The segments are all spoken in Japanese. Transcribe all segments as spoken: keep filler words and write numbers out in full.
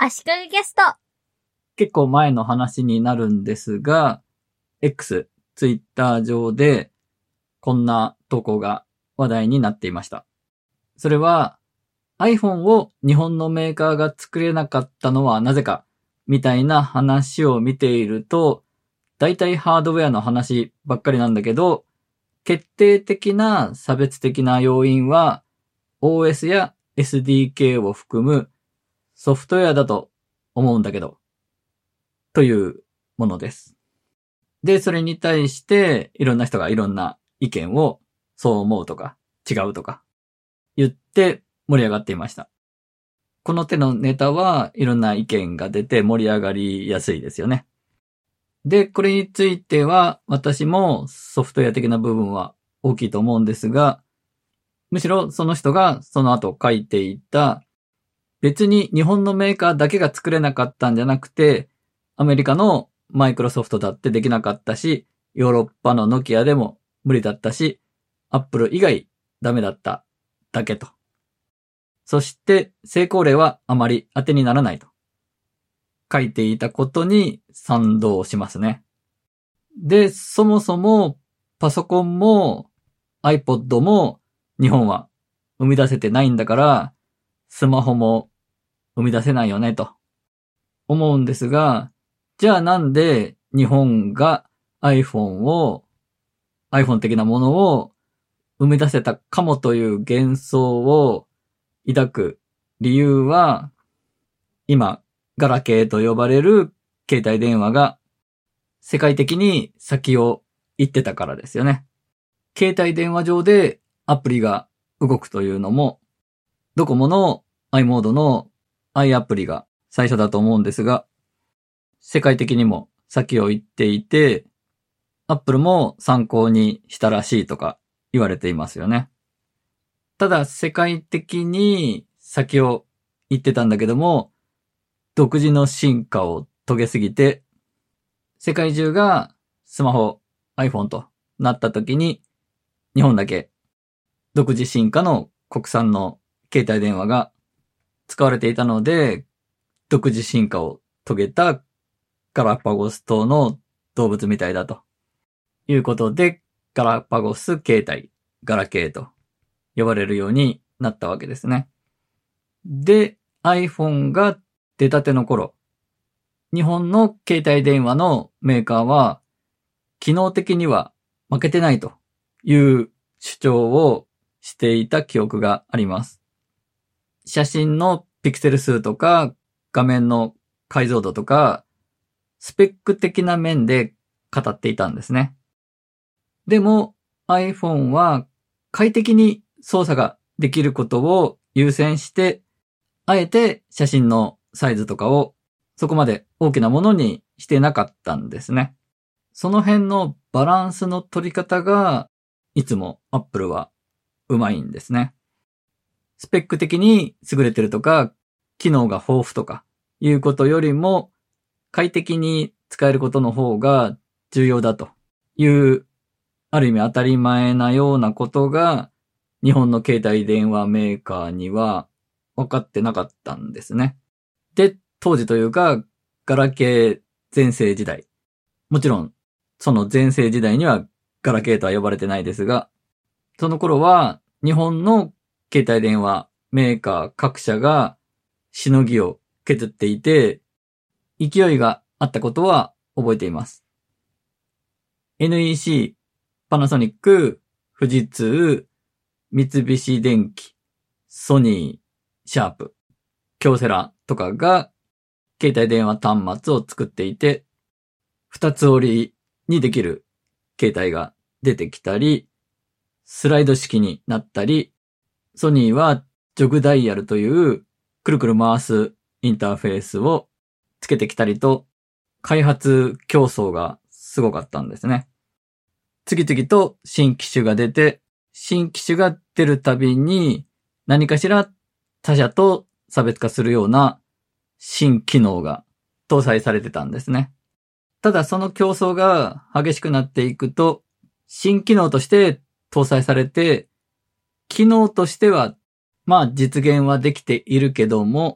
足利ゲスト。 結構前の話になるんですが、X、Twitter 上でこんな投稿が話題になっていました。それは iPhone を日本のメーカーが作れなかったのはなぜかみたいな話を見ていると、だいたいハードウェアの話ばっかりなんだけど、決定的な差別的な要因は オーエス や エスディーケー を含むソフトウェアだと思うんだけど、というものです。で、それに対していろんな人がいろんな意見をそう思うとか違うとか言って盛り上がっていました。この手のネタはいろんな意見が出て盛り上がりやすいですよね。で、これについては私もソフトウェア的な部分は大きいと思うんですが、むしろその人がその後書いていた、別に日本のメーカーだけが作れなかったんじゃなくて、アメリカのマイクロソフトだってできなかったし、ヨーロッパのノキアでも無理だったし、アップル以外ダメだっただけと。そして成功例はあまり当てにならないと書いていたことに賛同しますね。で、そもそもパソコンも iPod も日本は生み出せてないんだから、スマホも生み出せないよねと思うんですが、じゃあなんで日本が iPhone を、iPhone 的なものを生み出せたかもという幻想を抱く理由は、今、ガラケーと呼ばれる携帯電話が世界的に先を行ってたからですよね。携帯電話上でアプリが動くというのも、ドコモの i モードの i アプリが最初だと思うんですが、世界的にも先を行っていて、Apple も参考にしたらしいとか言われていますよね。ただ世界的に先を行ってたんだけども、独自の進化を遂げすぎて、世界中がスマホ、iPhone となった時に、日本だけ独自進化の国産の携帯電話が使われていたので、独自進化を遂げたガラパゴス島の動物みたいだということで、ガラパゴス携帯、ガラケーと呼ばれるようになったわけですね。で、iPhone が出たての頃、日本の携帯電話のメーカーは、機能的には負けてないという主張をしていた記憶があります。写真のピクセル数とか、画面の解像度とか、スペック的な面で語っていたんですね。でも iPhone は快適に操作ができることを優先して、あえて写真のサイズとかをそこまで大きなものにしてなかったんですね。その辺のバランスの取り方がいつも Apple はうまいんですね。スペック的に優れてるとか、機能が豊富とかいうことよりも快適に使えることの方が重要だという、ある意味当たり前なようなことが日本の携帯電話メーカーには分かってなかったんですね。で、当時というかガラケー全盛時代。もちろんその全盛時代にはガラケーとは呼ばれてないですが、その頃は日本の携帯電話メーカー各社がしのぎを削っていて、勢いがあったことは覚えています。エヌイーシー、パナソニック、富士通、三菱電機、ソニー、シャープ、京セラとかが携帯電話端末を作っていて、二つ折りにできる携帯が出てきたり、スライド式になったり、ソニーはジョグダイヤルというくるくる回すインターフェースをつけてきたりと、開発競争がすごかったんですね。次々と新機種が出て、新機種が出るたびに何かしら他社と差別化するような新機能が搭載されてたんですね。ただその競争が激しくなっていくと、新機能として搭載されて、機能としてはまあ実現はできているけども、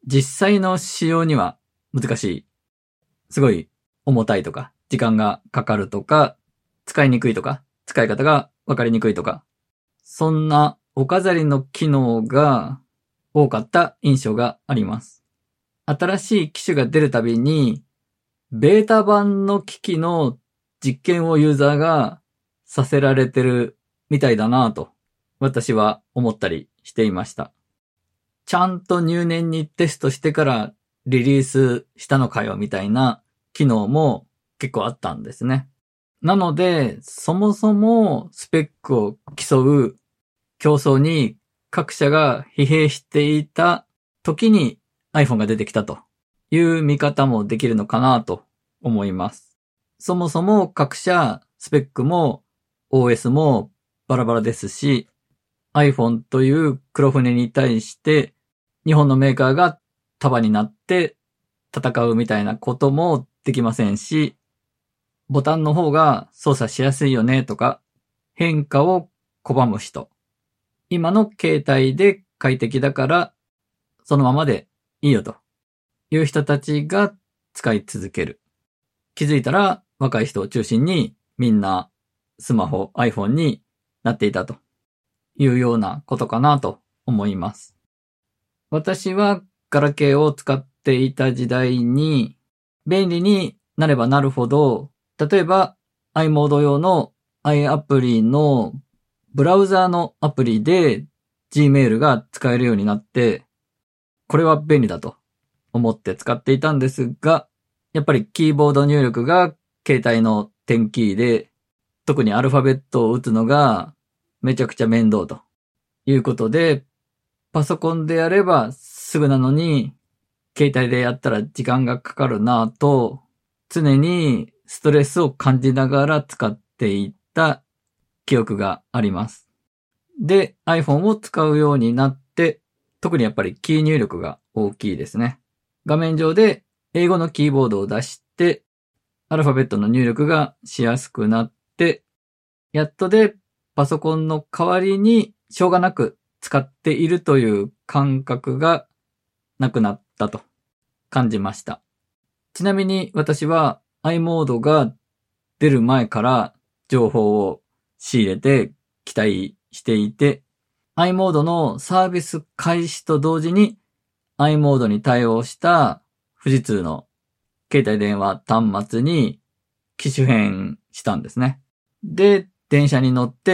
実際の使用には難しい。すごい重たいとか、時間がかかるとか、使いにくいとか、使い方がわかりにくいとか、そんなお飾りの機能が多かった印象があります。新しい機種が出るたびに、ベータ版の機器の実験をユーザーがさせられてるみたいだなぁと、私は思ったりしていました。ちゃんと入念にテストしてからリリースしたのかよみたいな機能も結構あったんですね。なので、そもそもスペックを競う競争に各社が疲弊していた時に iPhone が出てきたという見方もできるのかなと思います。そもそも各社スペックも オーエス もバラバラですし、iPhone という黒船に対して日本のメーカーが束になって戦うみたいなこともできませんし、ボタンの方が操作しやすいよねとか、変化を拒む人。今の携帯で快適だからそのままでいいよという人たちが使い続ける。気づいたら若い人を中心にみんなスマホ、iPhone になっていたというようなことかなと思います。私はガラケーを使っていた時代に便利になればなるほど、例えば i モード用の i アプリのブラウザーのアプリで Gmail が使えるようになって、これは便利だと思って使っていたんですが、やっぱりキーボード入力が携帯の点キーで、特にアルファベットを打つのがめちゃくちゃ面倒ということで、パソコンでやればすぐなのに、携帯でやったら時間がかかるなぁと、常にストレスを感じながら使っていた記憶があります。で、iPhone を使うようになって、特にやっぱりキー入力が大きいですね。画面上で英語のキーボードを出して、アルファベットの入力がしやすくなって、やっとでパソコンの代わりにしょうがなく使っているという感覚がなくなったと感じました。ちなみに私は i モードが出る前から情報を仕入れて期待していて、i モードのサービス開始と同時に i モードに対応した富士通の携帯電話端末に機種変したんですね。で、電車に乗って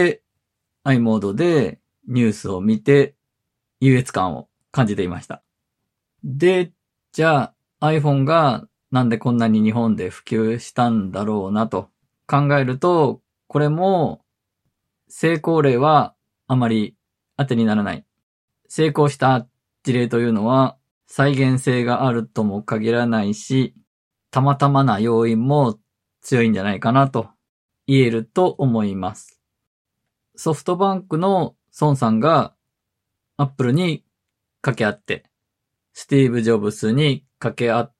i モードでニュースを見て優越感を感じていました。で、じゃあ iPhone がなんでこんなに日本で普及したんだろうなと考えると、これも成功例はあまり当てにならない。成功した事例というのは再現性があるとも限らないし、たまたまな要因も強いんじゃないかなと言えると思います。ソフトバンクの孫さんがアップルに掛け合って、スティーブ・ジョブスに掛け合って、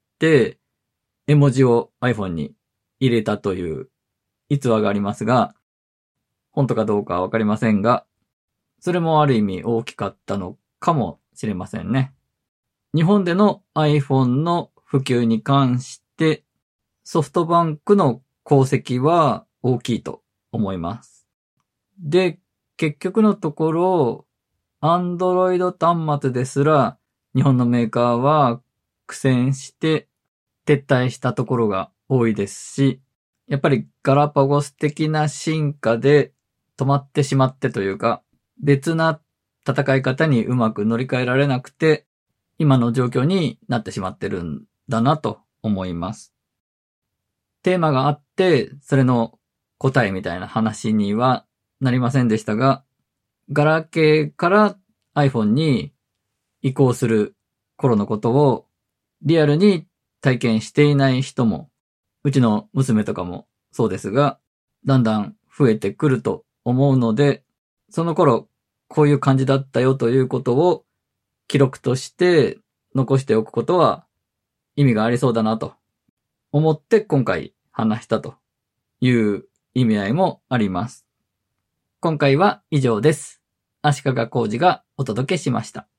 絵文字を iPhone に入れたという逸話がありますが、本当かどうかはわかりませんが、それもある意味大きかったのかもしれませんね。日本での iPhone の普及に関して、ソフトバンクの功績は大きいと思います。で、結局のところ、Android 端末ですら、日本のメーカーは苦戦して撤退したところが多いですし、やっぱりガラパゴス的な進化で止まってしまってというか、別な戦い方にうまく乗り換えられなくて、今の状況になってしまってるんだなと思います。テーマがあって、それの答えみたいな話にはなりませんでしたが、ガラケーから iPhone に移行する頃のことをリアルに体験していない人も、うちの娘とかもそうですが、だんだん増えてくると思うので、その頃こういう感じだったよということを記録として残しておくことは意味がありそうだなと思って今回話したという意味合いもあります。今回は以上です。足利浩二がお届けしました。